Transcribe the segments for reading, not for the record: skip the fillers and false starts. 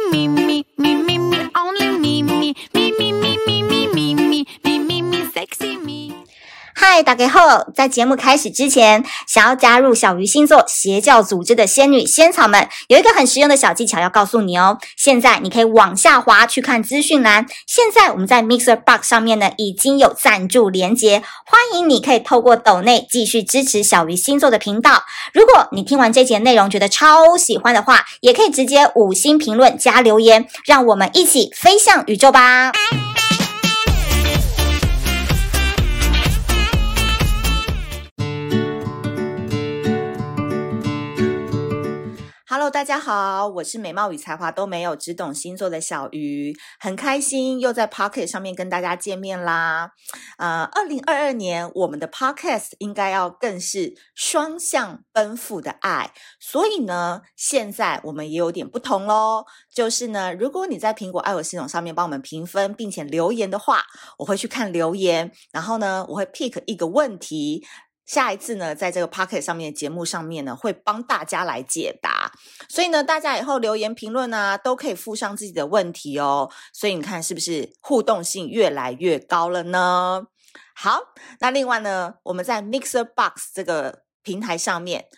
me, me, me, me, me, only me, me, me, me, me, me, me, me, me, me, me, me, sexy me。 嗨，大家好！在节目开始之前，想要加入小鱼星座邪教组织的仙女仙草们，有一个很实用的小技巧要告诉你哦。现在你可以往下滑去看资讯栏。现在我们在 Mixer Box 上面呢，已经有赞助连结，欢迎你可以透过抖内继续支持小鱼星座的频道。如果你听完这节内容觉得超喜欢的话，也可以直接5星评论加留言，让我们一起飞向宇宙吧。Hello， 大家好，我是美貌与才华都没有，只懂星座的小鱼，很开心又在 Pocket 上面跟大家见面啦。2022年我们的 Podcast 应该要更是双向奔赴的爱，所以呢，现在我们也有点不同咯，就是呢，如果你在苹果 iOS 系统上面帮我们评分并且留言的话，我会去看留言，然后呢，我会 pick 一个问题。下一次呢，在这个 Pocket 上面的节目上面呢，会帮大家来解答。所以呢，大家以后留言评论啊，都可以附上自己的问题哦。所以你看是不是互动性越来越高了呢？好，那另外呢，我们在 Mixer Box 这个平台上面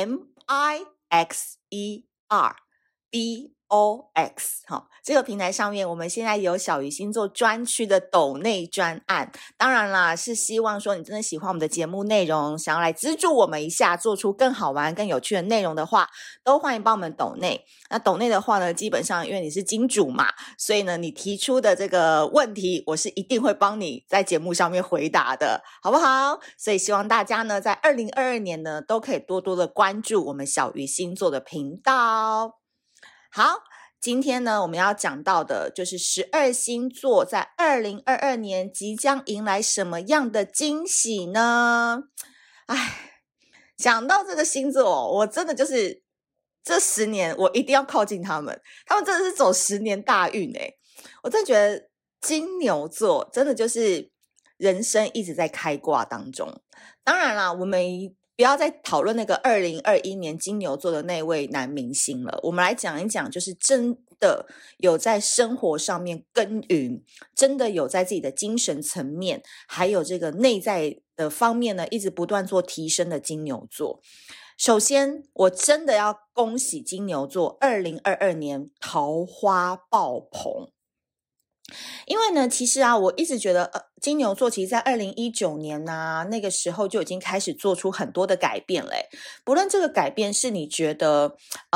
MIXERBOX 这个平台上面，我们现在有小鱼星座专区的抖内专案，当然啦，是希望说你真的喜欢我们的节目内容，想要来资助我们一下，做出更好玩更有趣的内容的话，都欢迎帮我们抖内。那抖内的话呢，基本上因为你是金主嘛，所以呢，你提出的这个问题，我是一定会帮你在节目上面回答的，好不好？所以希望大家呢，在2022年呢，都可以多多的关注我们小鱼星座的频道。好，今天呢，我们要讲到的就是12星座在2022年即将迎来什么样的惊喜呢？讲到这个星座，我真的就是这10年我一定要靠近他们真的是走10年大运我真的觉得金牛座真的就是人生一直在开挂当中。当然啦，我们不要再讨论那个2021年金牛座的那位男明星了，我们来讲一讲就是真的有在生活上面耕耘，真的有在自己的精神层面还有这个内在的方面呢，一直不断做提升的金牛座。首先我真的要恭喜金牛座2022年桃花爆棚。因为呢，其实我一直觉得金牛座其实在2019年那个时候就已经开始做出很多的改变了。不论这个改变是你觉得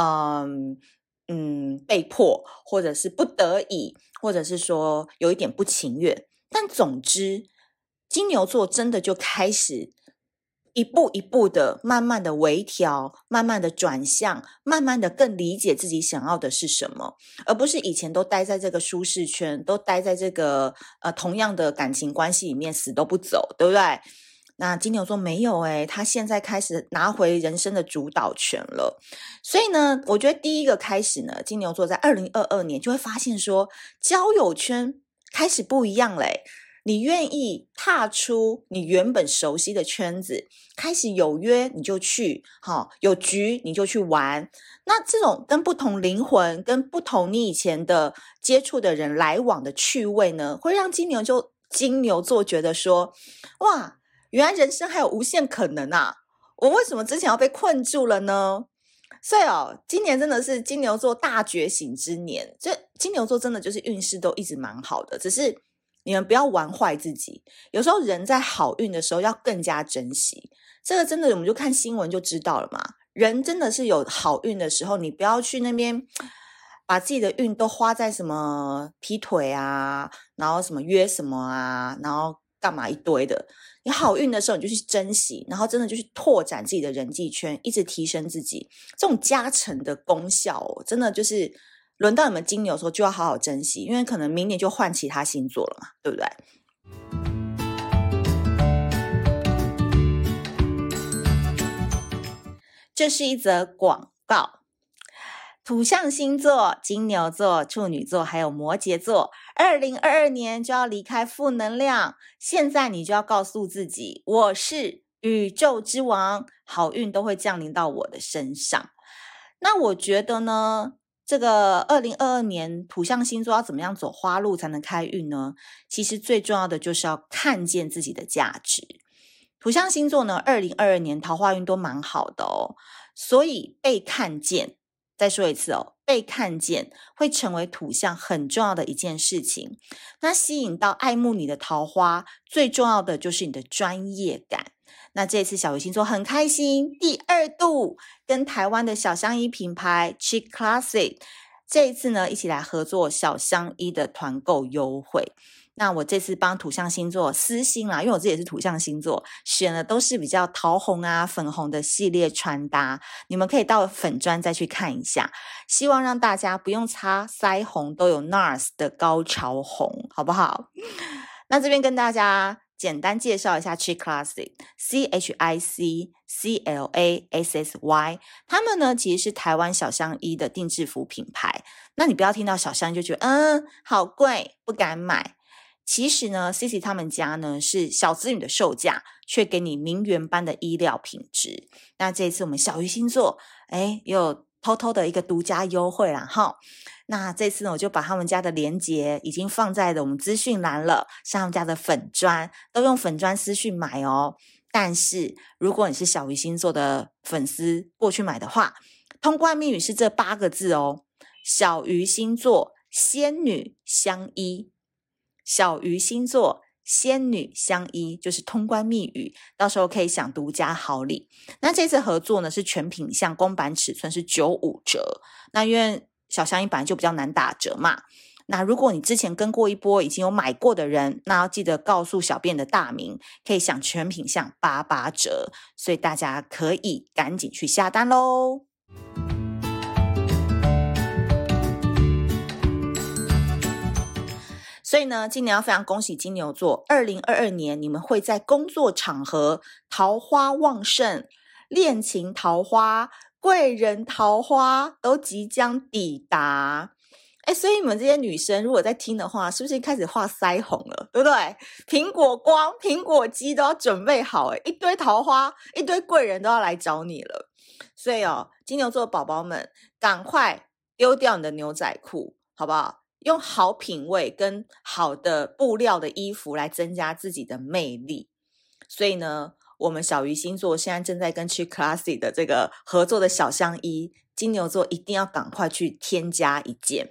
被迫，或者是不得已，或者是说有一点不情愿，但总之金牛座真的就开始一步一步的慢慢的微调，慢慢的转向，慢慢的更理解自己想要的是什么，而不是以前都待在这个舒适圈，都待在这个同样的感情关系里面死都不走，对不对？那金牛座没有他现在开始拿回人生的主导权了。所以呢，我觉得第一个开始呢，金牛座在2022年就会发现说，交友圈开始不一样了你愿意踏出你原本熟悉的圈子，开始有约你就去，有局你就去玩。那这种跟不同灵魂，跟不同你以前的接触的人来往的趣味呢，会让金牛座觉得说，哇，原来人生还有无限可能我为什么之前要被困住了呢？所以今年真的是金牛座大觉醒之年，金牛座真的就是运势都一直蛮好的，只是你们不要玩坏自己，有时候人在好运的时候要更加珍惜，这个真的我们就看新闻就知道了嘛。人真的是有好运的时候，你不要去那边把自己的运都花在什么劈腿然后什么约什么然后干嘛一堆的。你好运的时候你就去珍惜，然后真的就去拓展自己的人际圈，一直提升自己，这种加成的功效真的就是轮到你们金牛的时候就要好好珍惜，因为可能明年就换其他星座了嘛，对不对？这是一则广告。土象星座金牛座、处女座还有摩羯座2022年就要离开负能量，现在你就要告诉自己，我是宇宙之王，好运都会降临到我的身上。那我觉得呢， 这个2022年土象星座要怎么样走花路才能开运呢？其实最重要的就是要看见自己的价值。土象星座呢，2022年桃花运都蛮好的哦，所以被看见，再说一次哦，被看见会成为土象很重要的一件事情。那吸引到爱慕你的桃花，最重要的就是你的专业感。那这次小鱼星座很开心，第2度跟台湾的小香衣品牌 Chic Classic 这一次呢一起来合作小香衣的团购优惠。那我这次帮土象星座私心啦，因为我自己也是土象星座，选的都是比较桃红啊粉红的系列穿搭，你们可以到粉专再去看一下，希望让大家不用擦腮红都有 NARS 的高潮红，好不好？那这边跟大家简单介绍一下 Chic Classic CHIC CLASSY， 他们呢其实是台湾小香衣的定制服品牌。那你不要听到小香衣就觉得好贵不敢买，其实呢 CC 他们家呢是小资女的售价，却给你名媛般的衣料品质。那这一次我们小鱼星座有偷偷的一个独家优惠啦齁。那这次呢我就把他们家的连结已经放在了我们资讯栏了，是他们家的粉专，都用粉专私讯买哦。但是如果你是小鱼星座的粉丝过去买的话，通关密语是这8个字哦，小鱼星座仙女相依，小鱼星座仙女相依就是通关密语，到时候可以享独家好礼。那这次合作呢是全品项公版尺寸是95折，那因为小香衣本来就比较难打折嘛，那如果你之前跟过一波已经有买过的人，那要记得告诉小编的大名，可以享全品项88折，所以大家可以赶紧去下单咯。所以呢，今年要非常恭喜金牛座，2022年你们会在工作场合桃花旺盛，恋情桃花、贵人桃花都即将抵达。所以你们这些女生如果在听的话，是不是开始画腮红了，对不对？苹果光、苹果肌都要准备好，一堆桃花、一堆贵人都要来找你了。所以金牛座的宝宝们，赶快丢掉你的牛仔裤，好不好？用好品味跟好的布料的衣服来增加自己的魅力。所以呢，我们小鱼星座现在正在跟 Chic Classic 的这个合作的小香衣，金牛座一定要赶快去添加一件。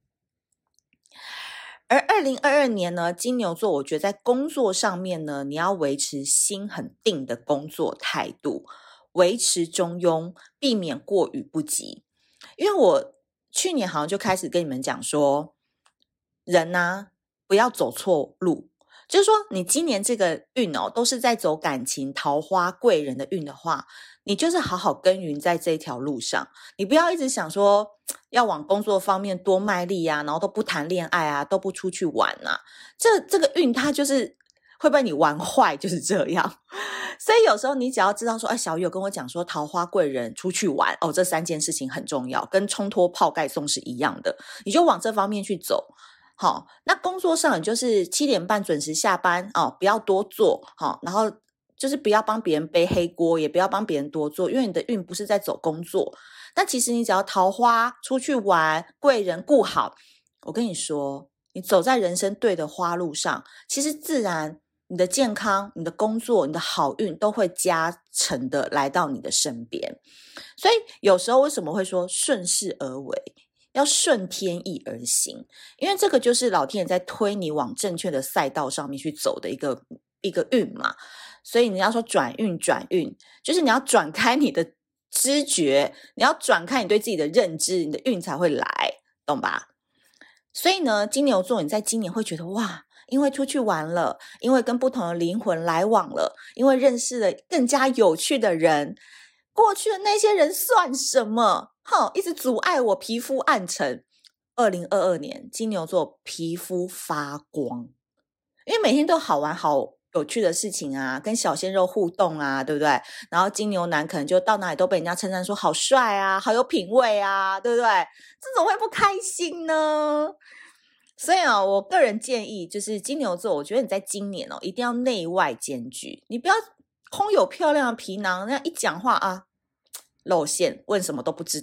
而2022年呢，金牛座我觉得在工作上面呢，你要维持心很定的工作态度，维持中庸，避免过于不及。因为我去年好像就开始跟你们讲说，人啊不要走错路，就是说你今年这个运都是在走感情桃花贵人的运的话，你就是好好耕耘在这条路上，你不要一直想说要往工作方面多卖力啊，然后都不谈恋爱啊，都不出去玩啊，这个运它就是会被你玩坏，就是这样。所以有时候你只要知道说，小鱼有跟我讲说桃花贵人出去玩这3件事情很重要，跟冲脱泡盖送是一样的，你就往这方面去走。好，那工作上你就是7点半准时下班不要多做，然后就是不要帮别人背黑锅，也不要帮别人多做，因为你的运不是在走工作。那其实你只要桃花出去玩，贵人顾好，我跟你说，你走在人生对的花路上，其实自然你的健康、你的工作、你的好运都会加成的来到你的身边。所以有时候为什么会说顺势而为，要顺天意而行，因为这个就是老天爷在推你往正确的赛道上面去走的一个运嘛。所以你要说转运，就是你要转开你的知觉，你要转开你对自己的认知，你的运才会来，懂吧？所以呢，金牛座你在今年会觉得哇，因为出去玩了，因为跟不同的灵魂来往了，因为认识了更加有趣的人，过去的那些人算什么？一直阻碍我皮肤暗沉。2022年金牛座皮肤发光，因为每天都好玩好有趣的事情啊，跟小鲜肉互动啊，对不对？然后金牛男可能就到哪里都被人家称赞说好帅啊，好有品味啊，对不对？这种会不开心呢？所以我个人建议就是金牛座，我觉得你在今年一定要内外兼具，你不要空有漂亮的皮囊，那样一讲话露馅，问什么都不知道，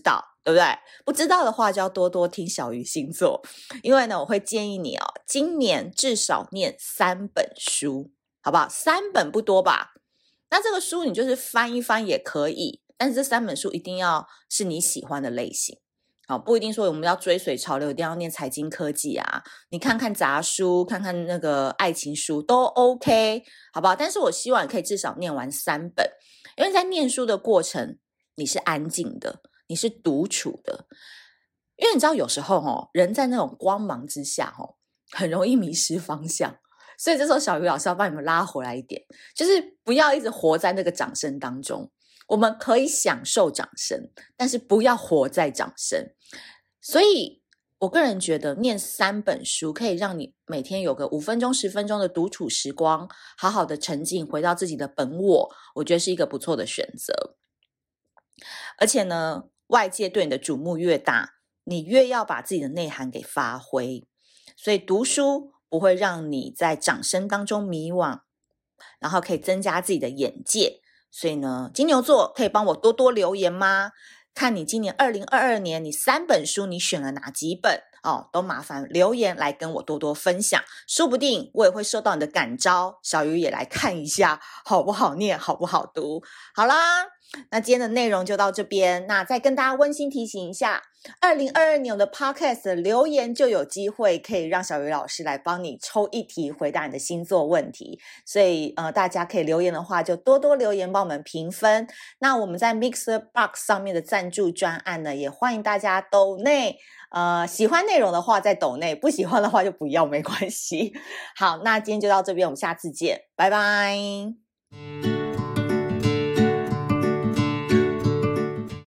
对不对？不知道的话就要多多听小鱼星座，因为呢我会建议你今年至少念3本书，好不好？3本不多吧？那这个书你就是翻一翻也可以，但是这3本书一定要是你喜欢的类型。好，不一定说我们要追随潮流，一定要念财经科技啊，你看看杂书，看看那个爱情书都 OK， 好不好？但是我希望你可以至少念完3本，因为在念书的过程你是安静的，你是独处的，因为你知道有时候人在那种光芒之下很容易迷失方向，所以这时候小鱼老师要帮你们拉回来一点，就是不要一直活在那个掌声当中，我们可以享受掌声，但是不要活在掌声。所以我个人觉得念3本书可以让你每天有个5分钟10分钟的独处时光，好好的沉浸，回到自己的本我觉得是一个不错的选择。而且呢，外界对你的瞩目越大，你越要把自己的内涵给发挥，所以读书不会让你在掌声当中迷惘，然后可以增加自己的眼界。所以呢，金牛座可以帮我多多留言吗？看你今年2022年你3本书你选了哪几本都麻烦留言来跟我多多分享，说不定我也会收到你的感召，小鱼也来看一下好不好念，好不好读。好啦，那今天的内容就到这边，那再跟大家温馨提醒一下，2022年的 Podcast 的留言就有机会可以让小鱼老师来帮你抽一题回答你的星座问题，所以大家可以留言的话就多多留言帮我们评分。那我们在 Mixerbox 上面的赞助专案呢，也欢迎大家抖内，喜欢内容的话再抖内，不喜欢的话就不要，没关系。好，那今天就到这边，我们下次见，拜拜。